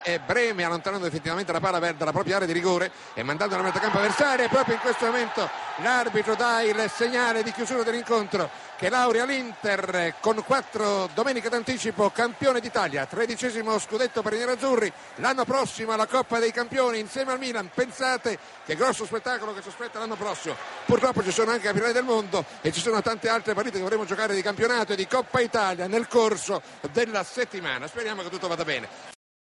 e Breme allontanando effettivamente la palla dalla propria area di rigore e mandando la metacampo avversaria. E proprio in questo momento l'arbitro dà il segnale di chiusura dell'incontro che laurea l'Inter con 4 domeniche d'anticipo, campione d'Italia, 13° scudetto per i nerazzurri, l'anno prossimo alla Coppa dei Campioni insieme al Milan. Pensate che grosso spettacolo che ci aspetta l'anno prossimo. Purtroppo ci sono anche campionati del mondo e ci sono tante altre partite che dovremo giocare di campionato e di Coppa Italia nel corso della settimana. Speriamo che tutto vada bene.